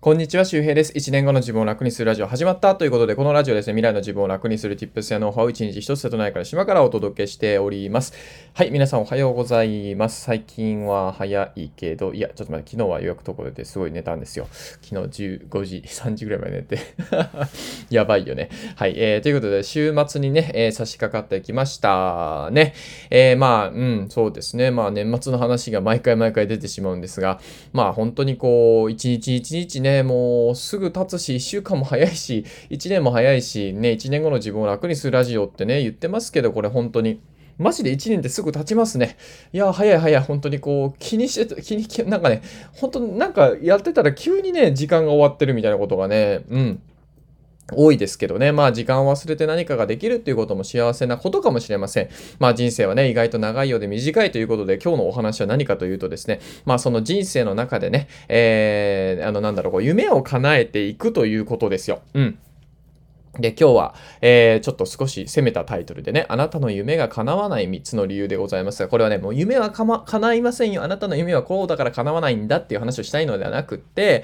こんにちは、周平です。1年後の自分を楽にするラジオ始まったということで、このラジオですね、未来の自分を楽にする Tips やノウハウを1日1つ瀬戸内から島からお届けしております。はい、皆さんおはようございます。最近は早いけど、いや、ちょっと待って、昨日は予約ところですごい寝たんですよ。昨日15時、3時ぐらいまで寝て。やばいよね。はい、ということで、週末にね、差し掛かってきましたね。そうですね。年末の話が毎回出てしまうんですが、本当にこう、一日一日ね、もうすぐ経つし、一週間も早いし、一年も早いし、ね、一年後の自分を楽にするラジオってね、言ってますけど、これ本当に。マジで一年ってすぐ経ちますね。いや、早い、本当にこう、なんかね、本当なんかやってたら急にね、時間が終わってるみたいなことがね、多いですけどね。時間を忘れて何かができるっていうことも幸せなことかもしれません。人生はね、意外と長いようで短いということで、今日のお話は何かというとですね、その人生の中でね、夢を叶えていくということですよ。で、今日は、ちょっと少し攻めたタイトルでね、あなたの夢が叶わない3つの理由でございますが、これはね、もう夢は叶いませんよ。あなたの夢はこうだから叶わないんだっていう話をしたいのではなくって、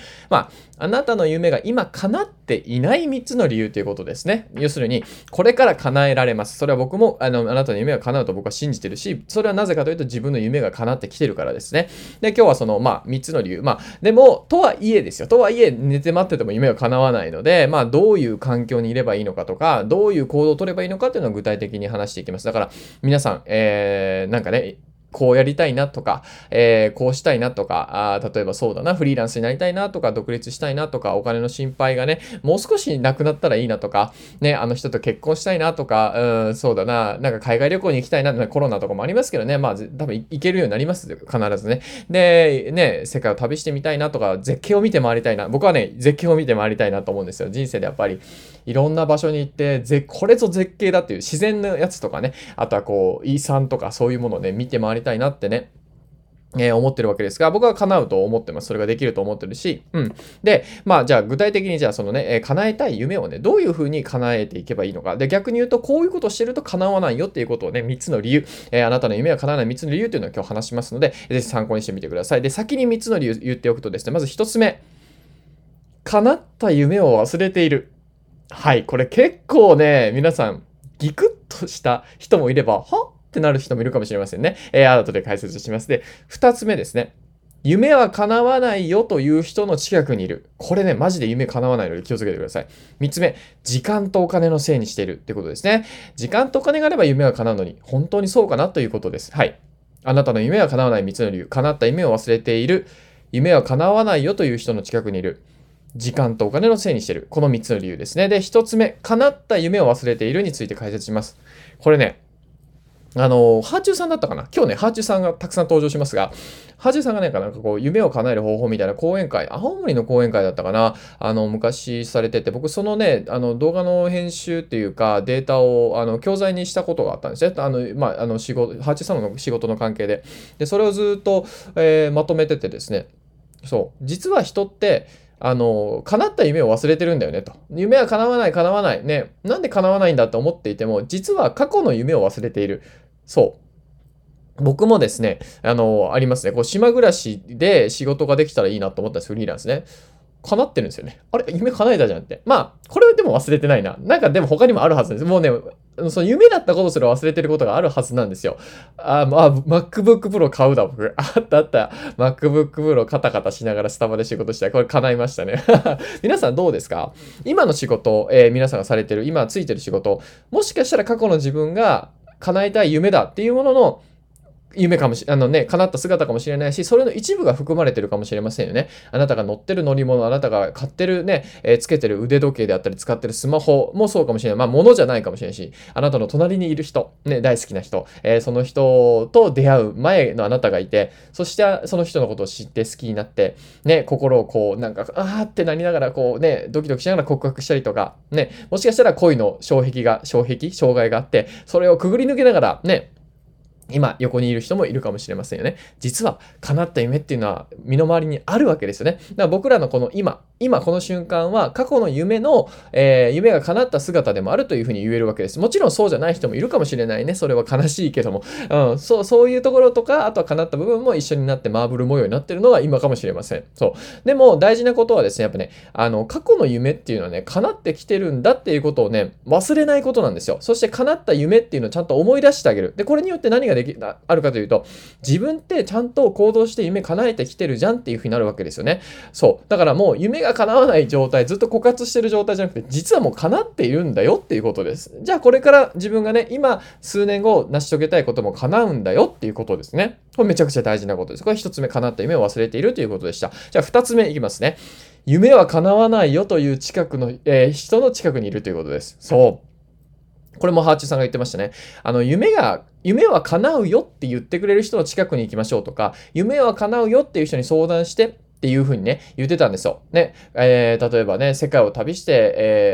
あなたの夢が今叶っていない3つの理由ということですね。要するに、これから叶えられます。それは僕も、あなたの夢が叶うと僕は信じてるし、それはなぜかというと自分の夢が叶ってきてるからですね。で、今日はその、3つの理由。でも、とはいえですよ。とはいえ、寝て待ってても夢は叶わないので、どういう環境にいればいいのかとか、どういう行動を取ればいいのかっていうのを具体的に話していきます。だから、皆さん、なんかね、こうやりたいなとか、こうしたいなとか、例えばそうだな、フリーランスになりたいなとか、独立したいなとか、お金の心配がね、もう少しなくなったらいいなとか、ね、あの人と結婚したいなとか、そうだな、なんか海外旅行に行きたいな、コロナとかもありますけどね、多分行けるようになります必ずね。で、ね、世界を旅してみたいなとか、絶景を見て回りたいな。僕はね、絶景を見て回りたいなと思うんですよ。人生でやっぱり、いろんな場所に行って、これぞ絶景だっていう自然のやつとかね、あとはこう、遺産とかそういうものをね、見て回りたいなってね、思ってるわけですが、僕は叶うと思ってます。それができると思ってるし、で、じゃあ具体的にじゃあそのね、叶えたい夢をね、どういう風に叶えていけばいいのか。で、逆に言うと、こういうことをしてると叶わないよっていうことをね、3つの理由、あなたの夢が叶わない3つの理由というのを今日話しますので、ぜひ参考にしてみてください。で、先に3つの理由言っておくとですね、まず1つ目、叶った夢を忘れている。はい、これ結構ね、皆さん、ギクッとした人もいれば、はってなる人もいるかもしれませんね。後で解説します。で、二つ目ですね。夢は叶わないよという人の近くにいる。これね、マジで夢叶わないので気をつけてください。三つ目、時間とお金のせいにしているってことですね。時間とお金があれば夢は叶うのに、本当にそうかなということです。はい。あなたの夢は叶わない三つの理由。叶った夢を忘れている。夢は叶わないよという人の近くにいる。時間とお金のせいにしている。この3つの理由ですね。で、1つ目、叶った夢を忘れているについて解説します。これね、ハーチューさんだったかな今日ね、ハーチューさんがたくさん登場しますが、ハーチューさんがね、なんかこう、夢を叶える方法みたいな講演会、青森の講演会だったかな昔されてて、僕そのね、動画の編集っていうか、データを、教材にしたことがあったんですね。仕事、ハーチューさんの仕事の関係で。で、それをずっと、まとめててですね、そう。実は人って、叶った夢を忘れてるんだよねと。夢は叶わない。ね。なんで叶わないんだって思っていても、実は過去の夢を忘れている。そう。僕もですね、ありますね。こう、島暮らしで仕事ができたらいいなと思ったんです、フリーランスね。叶ってるんですよね。あれ夢叶えたじゃんって。これでも忘れてないな。なんかでも他にもあるはずです。もうね、その夢だったことすら忘れてることがあるはずなんですよ。MacBook Pro 買うだ、僕。あった。MacBook Pro カタカタしながらスタバで仕事した。これ叶いましたね。皆さんどうですか今の仕事、皆さんがされてる、今ついてる仕事、もしかしたら過去の自分が叶えたい夢だっていうものの夢かもし、叶った姿かもしれないし、それの一部が含まれてるかもしれませんよね。あなたが乗ってる乗り物、あなたが買ってるね、つけてる腕時計であったり、使ってるスマホもそうかもしれない。物じゃないかもしれないし、あなたの隣にいる人、ね、大好きな人、その人と出会う前のあなたがいて、そしてその人のことを知って好きになって、ね、心をこう、なんか、あーってなりながら、こうね、ドキドキしながら告白したりとか、ね、もしかしたら恋の障害があって、それをくぐり抜けながら、ね、 今、横にいる人もいるかもしれませんよね。実は、叶った夢っていうのは、身の回りにあるわけですよね。だから僕らのこの今この瞬間は、過去の夢の、夢が叶った姿でもあるというふうに言えるわけです。もちろんそうじゃない人もいるかもしれないね。それは悲しいけども。そういうところとか、あとは叶った部分も一緒になってマーブル模様になってるのは今かもしれません。そう。でも、大事なことはですね、やっぱね、過去の夢っていうのはね、叶ってきてるんだっていうことをね、忘れないことなんですよ。そして叶った夢っていうのをちゃんと思い出してあげる。で、これによって何があるかというと、自分ってちゃんと行動して夢叶えてきてるじゃんっていう風になるわけですよね。そう。だからもう夢が叶わない状態、ずっと枯渇してる状態じゃなくて、実はもう叶っているんだよっていうことです。じゃあこれから自分がね、今数年後成し遂げたいことも叶うんだよっていうことですね。これめちゃくちゃ大事なことです。これ一つ目、叶った夢を忘れているということでした。じゃあ二つ目いきますね。夢は叶わないよという近くの、人の近くにいるということです。そう。これもハーチューさんが言ってましたね。夢は叶うよって言ってくれる人の近くに行きましょうとか、夢は叶うよっていう人に相談してっていう風にね、言ってたんですよ。ね。例えばね、世界を旅して、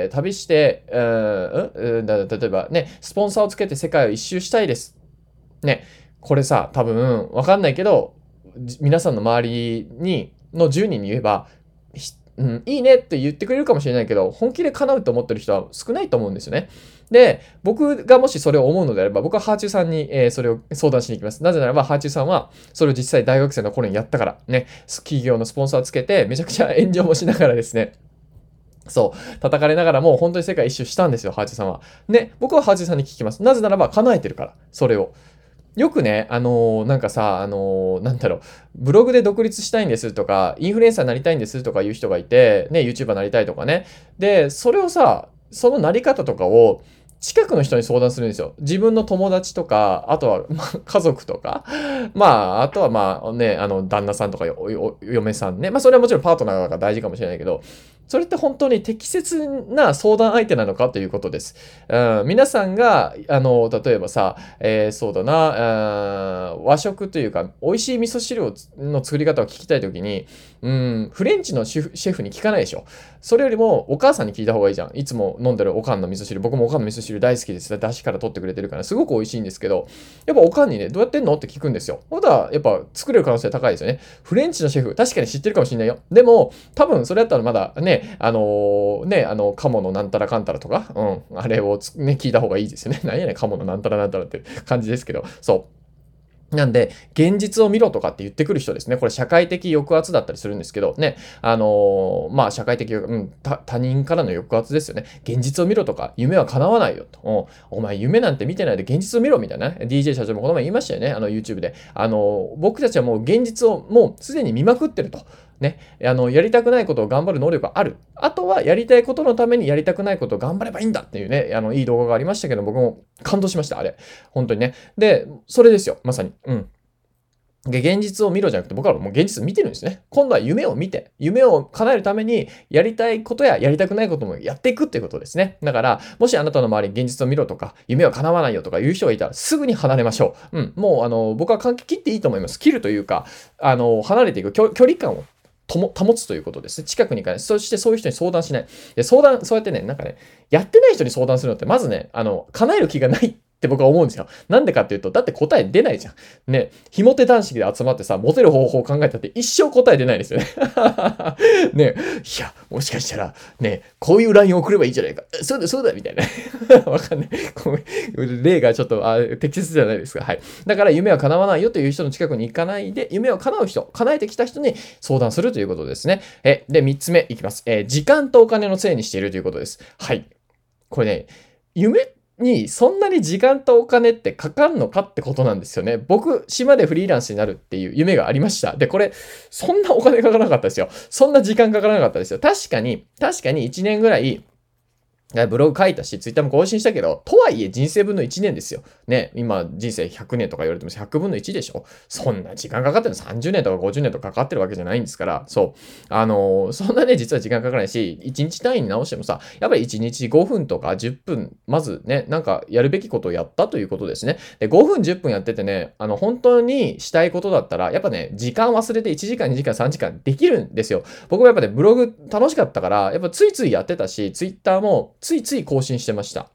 例えばね、スポンサーをつけて世界を一周したいです。ね。これさ、多分、わかんないけど、皆さんの周りの10人に言えば、いいねって言ってくれるかもしれないけど、本気で叶うと思ってる人は少ないと思うんですよね。で、僕がもしそれを思うのであれば、僕はハーチューさんに、それを相談しに行きます。なぜならば、ハーチューさんは、それを実際大学生の頃にやったから、ね、企業のスポンサーつけて、めちゃくちゃ炎上もしながらですね、そう、叩かれながらも本当に世界一周したんですよ、ハーチューさんは。ね、僕はハーチューさんに聞きます。なぜならば、叶えてるから、それを。よくね、なんかさ、なんだろう、ブログで独立したいんですとか、インフルエンサーになりたいんですとかいう人がいて、ね、YouTuber になりたいとかね。で、それをさ、そのなり方とかを、近くの人に相談するんですよ。自分の友達とか、あとは、まあ、家族とか、まあ、あとはまあね、旦那さんとか嫁さんね。まあ、それはもちろんパートナーが大事かもしれないけど、それって本当に適切な相談相手なのかということです。皆さんが、例えばさ、そうだな、和食というか、美味しい味噌汁の作り方を聞きたいときに、フレンチのシェフに聞かないでしょ。それよりも、お母さんに聞いた方がいいじゃん。いつも飲んでるおかんの味噌汁。僕もおかんの味噌汁大好きです。出汁から取ってくれてるから、すごく美味しいんですけど、やっぱおかんにね、どうやってんのって聞くんですよ。ほんとは、やっぱ作れる可能性高いですよね。フレンチのシェフ、確かに知ってるかもしれないよ。でも、多分それだったらまだね、鴨のなんたらかんたらとか、あれをね、聞いた方がいいですよね。何やねん、鴨のなんたらなんたらって感じですけど、そう。なんで、現実を見ろとかって言ってくる人ですね。これ社会的抑圧だったりするんですけど、ね。まあ社会的、他人からの抑圧ですよね。現実を見ろとか、夢は叶わないよと。お前夢なんて見てないで現実を見ろみたいな、ね。DJ 社長もこの前言いましたよね。YouTube で。僕たちはもう現実をもうすでに見まくってると。ね。やりたくないことを頑張る能力がある。あとはやりたいことのためにやりたくないことを頑張ればいいんだっていうね、いい動画がありましたけど、僕も感動しました、あれ。本当にね。で、それですよ、まさに。で、現実を見ろじゃなくて、僕はもう現実を見てるんですね。今度は夢を見て、夢を叶えるために、やりたいことややりたくないこともやっていくっていうことですね。だから、もしあなたの周りに現実を見ろとか、夢は叶わないよとか言う人がいたら、すぐに離れましょう。もう、僕は関係切っていいと思います。切るというか、離れていく距離感を保つということですね。近くに行かない。そしてそういう人に相談しない。で、そうやってね、なんかね、やってない人に相談するのって、まずね、叶える気がないって僕は思うんですよ。なんでかっていうと、だって答え出ないじゃん。ね、ひも手男子で集まってさ、モテる方法を考えたって一生答え出ないですよね。ね、いや、もしかしたら、ね、こういう LINE 送ればいいじゃないか。そうだ、そうだ、みたいな。わかんない。例がちょっと適切じゃないですか。はい。だから夢は叶わないよという人の近くに行かないで、夢を叶う人、叶えてきた人に相談するということですね。で、3つ目いきます。時間とお金のせいにしているということです。はい。これね、夢にそんなに時間とお金ってかかんのかってことなんですよね。僕、島でフリーランスになるっていう夢がありました。で、これ、そんなお金かからなかったですよ。そんな時間かからなかったですよ。確かに1年ぐらい、ブログ書いたし、ツイッターも更新したけど、とはいえ人生分の1年ですよ。ね、今人生100年とか言われても100分の1でしょ。そんな時間かかってるの30年とか50年とかかかってるわけじゃないんですから、そう。そんなね、実は時間かからないし、1日単位に直してもさ、やっぱり1日5分とか10分、まずね、なんかやるべきことをやったということですね。で、5分10分やっててね、本当にしたいことだったら、やっぱね、時間忘れて1時間2時間3時間できるんですよ。僕もやっぱね、ブログ楽しかったから、やっぱついついやってたし、ツイッターもついつい更新してました。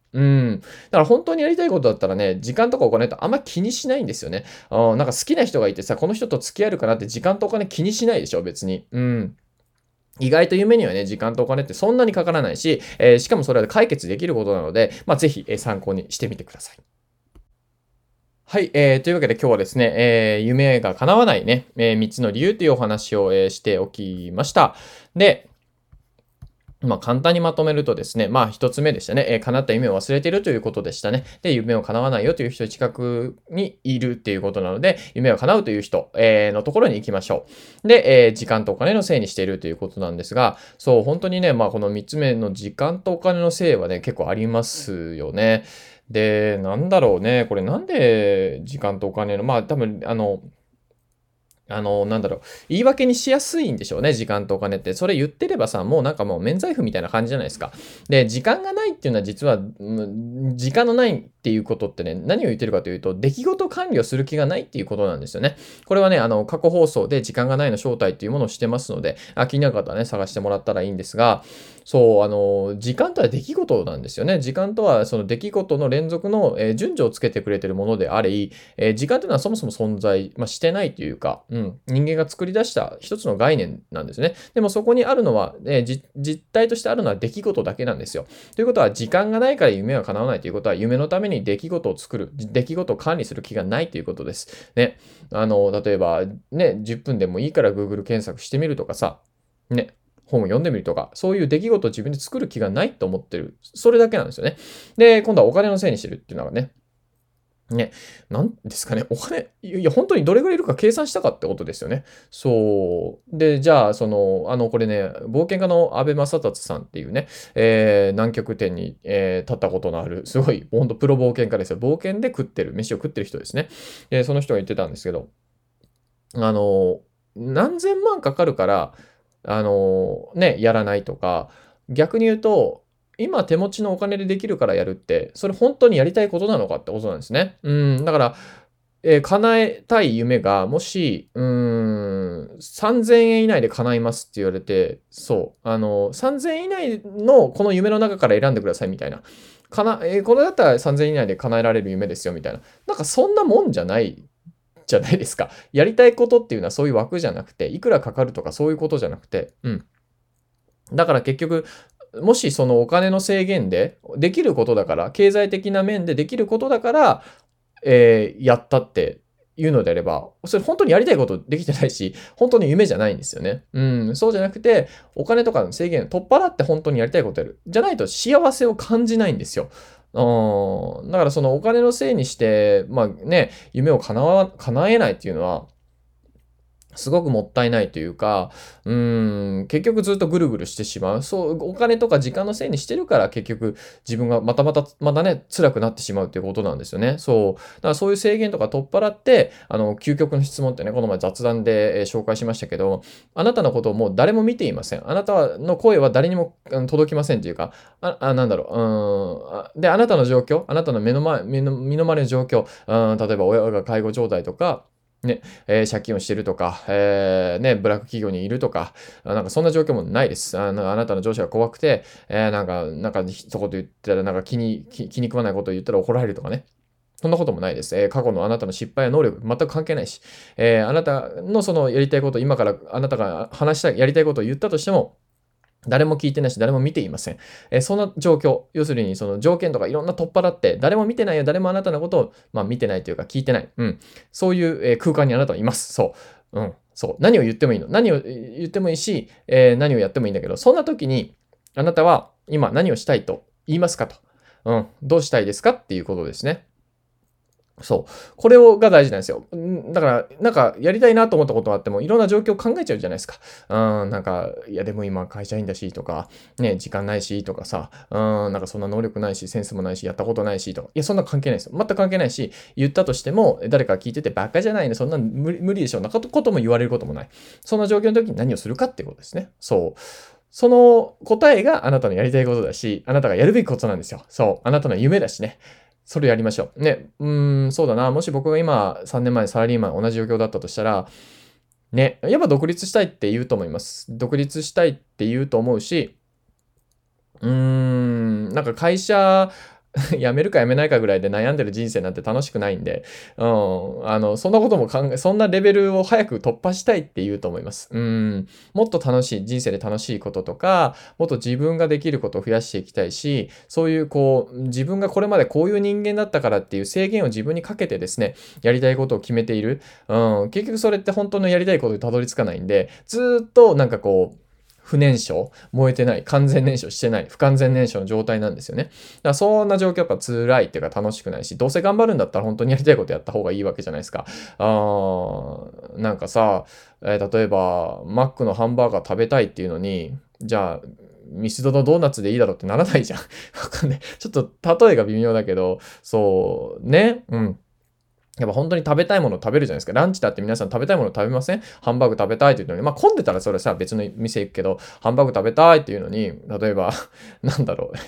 うん。だから本当にやりたいことだったらね、時間とかお金とあんま気にしないんですよね。なんか好きな人がいてさ、この人と付き合えるかなって時間とお金気にしないでしょ、別に。うん。意外と夢にはね、時間とお金ってそんなにかからないし、しかもそれは解決できることなので、ぜひ、参考にしてみてください。はい、というわけで今日はですね、夢が叶わないね、3つの理由というお話を、しておきました。で、簡単にまとめるとですね、一つ目でしたね、叶った夢を忘れているということでしたね。で、夢を叶わないよという人近くにいるっていうことなので、夢を叶うという人、のところに行きましょう。で、時間とお金のせいにしているということなんですが、そう、本当にね、この3つ目の時間とお金のせいはね、結構ありますよね。で、なんだろうね、これなんで時間とお金の、多分、言い訳にしやすいんでしょうね、時間とお金って。それ言ってればさ、もうなんかもう免罪符みたいな感じじゃないですか。で、時間がないっていうのは実は、時間のないっていうことってね、何を言ってるかというと、出来事管理をする気がないっていうことなんですよね。これはね、過去放送で時間がないの正体っていうものをしてますので、気になる方はね、探してもらったらいいんですが、そう、時間とは出来事なんですよね。時間とはその出来事の連続の、順序をつけてくれてるものであり、時間というのはそもそも存在、してないというか、人間が作り出した一つの概念なんですね。でもそこにあるのは、実体としてあるのは出来事だけなんですよ。ということは、時間がないから夢は叶わないということは、夢のために出来事を作る、出来事を管理する気がないということです。ね。例えば、ね、10分でもいいから Google 検索してみるとかさ、ね、本を読んでみるとか、そういう出来事を自分で作る気がないと思ってる。それだけなんですよね。で、今度はお金のせいにしてるっていうのがね、なんですかね、お金、いや、本当にどれぐらいいるか計算したかってことですよね。そう。で、じゃあ、これね、冒険家の安倍正達さんっていうね、南極点に、立ったことのある、すごい、本当プロ冒険家ですよ。冒険で飯を食ってる人ですね。その人が言ってたんですけど、あの、何千万かかるから、やらないとか、逆に言うと、今手持ちのお金でできるからやるって、それ本当にやりたいことなのかってことなんですね。だから、叶えたい夢が、もし、3000円以内で叶いますって言われて、そう、3000円以内のこの夢の中から選んでくださいみたいな。これだったら3000円以内で叶えられる夢ですよみたいな。なんかそんなもんじゃないじゃないですか。やりたいことっていうのはそういう枠じゃなくて、いくらかかるとかそういうことじゃなくて、だから結局、もしそのお金の制限でできることだから、経済的な面でできることだから、やったっていうのであれば、それ本当にやりたいことできてないし、本当に夢じゃないんですよね。そうじゃなくて、お金とかの制限取っ払って本当にやりたいことやる。じゃないと幸せを感じないんですよ。だからそのお金のせいにして、夢を叶えないっていうのは、すごくもったいないというか、結局ずっとぐるぐるしてしまう。そう、お金とか時間のせいにしてるから結局自分がまたね、辛くなってしまうっていうことなんですよね。そう。だからそういう制限とか取っ払って、究極の質問ってね、この前雑談で紹介しましたけど、あなたのことをもう誰も見ていません。あなたの声は誰にも届きませんというか、なんだろう、で、あなたの状況、あなたの身の回りの状況、例えば親が介護状態とか、ね、借金をしてるとか、ブラック企業にいるとか、なんかそんな状況もないです。あなたの上司が怖くて、一言言ったら、気に食わないことを言ったら怒られるとかね。そんなこともないです。過去のあなたの失敗や能力、全く関係ないし、あなたのそのやりたいこと、今からあなたが話したい、やりたいことを言ったとしても、誰も聞いてないし、誰も見ていません。そんな状況、要するにその条件とかいろんな取っ払って、誰も見てないよ、誰もあなたのことを、見てないというか聞いてない。そういう、空間にあなたはいます。そう。そう。何を言ってもいいの。何を言ってもいいし、何をやってもいいんだけど、そんな時に、あなたは今何をしたいと言いますかと。どうしたいですかっていうことですね。そう。これが大事なんですよ。だから、なんか、やりたいなと思ったことがあっても、いろんな状況を考えちゃうじゃないですか。いや、でも今会社員だし、とか、ね、時間ないし、とかさ、なんかそんな能力ないし、センスもないし、やったことないし、とか。いや、そんな関係ないですよ。全く関係ないし、言ったとしても、誰か聞いてて、バカじゃないね、そんな無理でしょ、なことも言われることもない。そんな状況の時に何をするかっていうことですね。そう。その答えがあなたのやりたいことだし、あなたがやるべきことなんですよ。そう。あなたの夢だしね。それやりましょう。ね、そうだな。もし僕が今、3年前サラリーマン同じ状況だったとしたら、ね、やっぱ独立したいって言うと思います。独立したいって言うと思うし、なんか会社辞めるか辞めないかぐらいで悩んでる人生なんて楽しくないんで、そんなこともそんなレベルを早く突破したいって言うと思います。もっと楽しい、人生で楽しいこととか、もっと自分ができることを増やしていきたいし、そういう自分がこれまでこういう人間だったからっていう制限を自分にかけてですね、やりたいことを決めている。結局それって本当のやりたいことにたどり着かないんで、ずーっとなんか不燃焼、燃えてない、完全燃焼してない、不完全燃焼の状態なんですよね。だからそんな状況やっぱ辛いっていうか楽しくないし、どうせ頑張るんだったら本当にやりたいことやった方がいいわけじゃないですか。なんかさ、例えば、マックのハンバーガー食べたいっていうのに、じゃあ、ミスドのドーナツでいいだろうってならないじゃん。わかんない。ちょっと例えが微妙だけど、そうね、やっぱ本当に食べたいものを食べるじゃないですか。ランチだって皆さん食べたいものを食べません？ハンバーグ食べたいって言うのに、まあ混んでたらそれさ別の店行くけど、ハンバーグ食べたいっていうのに、例えば、なんだろう、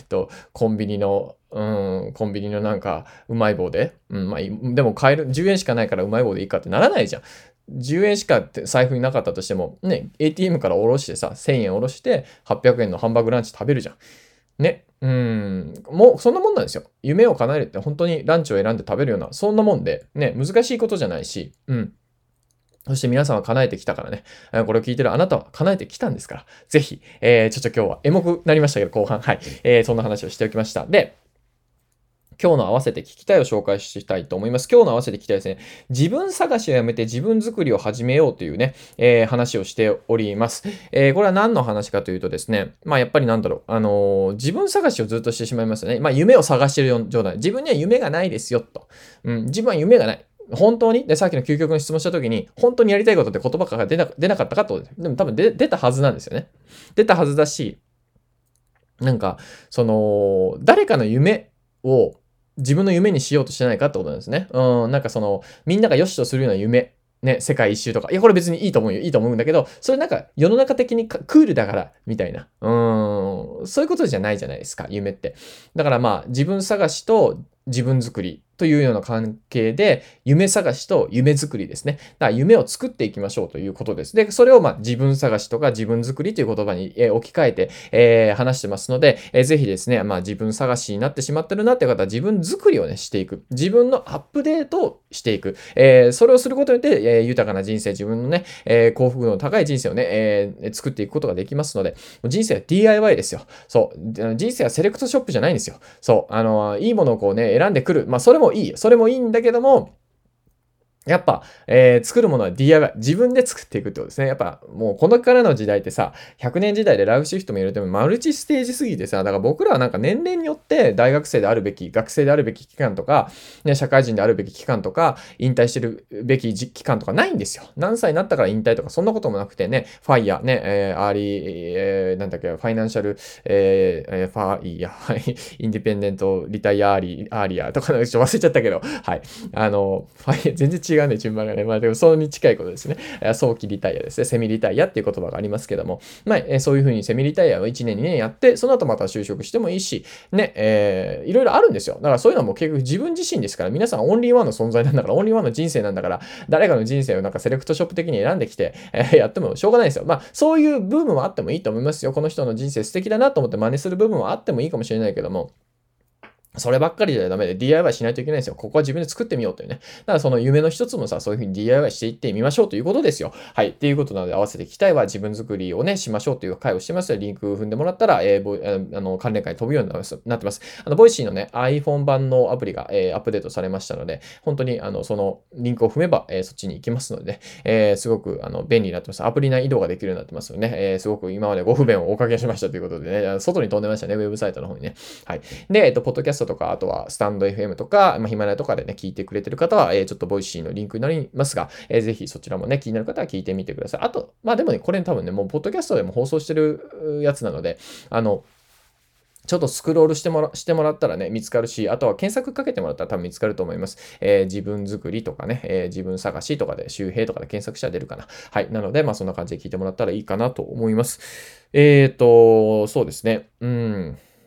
コンビニのなんか、うまい棒で、まあでも買える、10円しかないからうまい棒でいいかってならないじゃん。10円しかって財布になかったとしても、ね、ATM から下ろしてさ、1000円下ろして800円のハンバーグランチ食べるじゃん。ね。もうそんなもんなんですよ。夢を叶えるって本当にランチを選んで食べるような、そんなもんで、ね、難しいことじゃないし、そして皆さんは叶えてきたからね。これを聞いてるあなたは叶えてきたんですから、ぜひ、ちょっと今日はエモくなりましたけど、後半、はい。そんな話をしておきました。で、今日の合わせて聞きたいを紹介したいと思います。今日の合わせて聞きたいですね。自分探しをやめて自分作りを始めようというね、話をしております。これは何の話かというとですね、まあやっぱりなんだろう、自分探しをずっとしてしまいますよね。まあ夢を探している状態。自分には夢がないですよ、と。自分は夢がない。本当にで、さっきの究極の質問したときに、本当にやりたいことって言葉から出なかったかってことです。でも多分出たはずなんですよね。出たはずだし、なんか、誰かの夢を自分の夢にしようとしてないかってことなんですね。なんかみんなが良しとするような夢、ね、世界一周とか、いや、これ別にいいと思うよ、いいと思うんだけど、それなんか世の中的にクールだから、みたいな。そういうことじゃないじゃないですか、夢って。だからまあ、自分探しと自分作りというような関係で、夢探しと夢作りですね。だから夢を作っていきましょうということです。で、それをまあ自分探しとか自分作りという言葉に置き換えて、話してますので、ぜひですね、まあ自分探しになってしまってるなって方は自分作りをね、していく。自分のアップデートをしていく。それをすることによって、豊かな人生、自分のね、幸福度の高い人生をね、作っていくことができますので、人生は DIY ですよ。そう。人生はセレクトショップじゃないんですよ。そう。いいものを選んでくる。まあ、それもいいよ。それもいいんだけども、やっぱ、作るものは DIY。自分で作っていくってことですね。やっぱ、もうこのからの時代ってさ、100年時代でライフシフトも入れてもマルチステージすぎてさ、だから僕らはなんか年齢によって大学生であるべき、学生であるべき期間とか、ね、社会人であるべき期間とか、引退してるべき期間とかないんですよ。何歳になったから引退とか、そんなこともなくてね、ファイヤー、ね、アーリー、なんだっけ、ファイナンシャル、ファイヤー、はい、インディペンデント、リタイアアーリアとか、ちょっと忘れちゃったけど、はい。全然違うね、順番がね。まあでも、それに近いことですね。早期リタイアですね。セミリタイアっていう言葉がありますけども、まあ、そういうふうにセミリタイアを1年、2年やって、その後また就職してもいいし、ね、いろいろあるんですよ。だからそういうのも結局自分自身ですから、皆さんオンリーワンの存在なんだから、オンリーワンの人生なんだから、誰かの人生をなんかセレクトショップ的に選んできて、やってもしょうがないですよ。まあ、そういう部分もあってもいいと思いますよ。この人の人生素敵だなと思って真似する部分はあってもいいかもしれないけども、そればっかりじゃダメで DIY しないといけないんですよ。ここは自分で作ってみようというね。だからその夢の一つもさ、そういうふうに DIY していってみましょうということですよ。はい。っていうことなので合わせて聞きたいは自分作りをね、しましょうという会をしてますよ。リンク踏んでもらったら、関連会に飛ぶようになってます。ボイシーのね、iPhone 版のアプリが、アップデートされましたので、本当にそのリンクを踏めば、そっちに行きますので、すごく便利になってます。アプリ内移動ができるようになってますよね。すごく今までご不便をおかけしましたということでね、外に飛んでましたね、ウェブサイトの方にね。はい。で、ポッドキャストとか、あとはスタンド FM とか、ヒマラヤとかでね、聞いてくれてる方は、ちょっとボイシーのリンクになりますが、ぜひそちらもね、気になる方は聞いてみてください。あと、まあでもね、これ多分ね、もうポッドキャストでも放送してるやつなので、ちょっとスクロールしてもらったらね、見つかるし、あとは検索かけてもらったら多分見つかると思います。自分作りとかね、自分探しとかで、周平とかで検索したら出るかな。はい。なので、まあそんな感じで聞いてもらったらいいかなと思います。そうですね。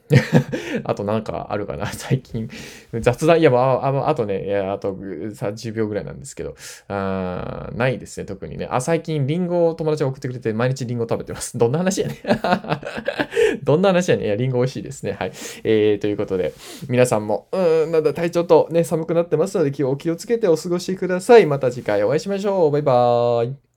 あとなんかあるかな最近。雑談、いや、あとね、いや、あと30秒ぐらいなんですけど、ないですね、特にね。最近リンゴを友達が送ってくれて、毎日リンゴ食べてます。どんな話やねん。どんな話やねん。いや、リンゴ美味しいですね。はい。ということで、皆さんも、なんだ、体調とね、寒くなってますので、お気をつけてお過ごしください。また次回お会いしましょう。バイバーイ。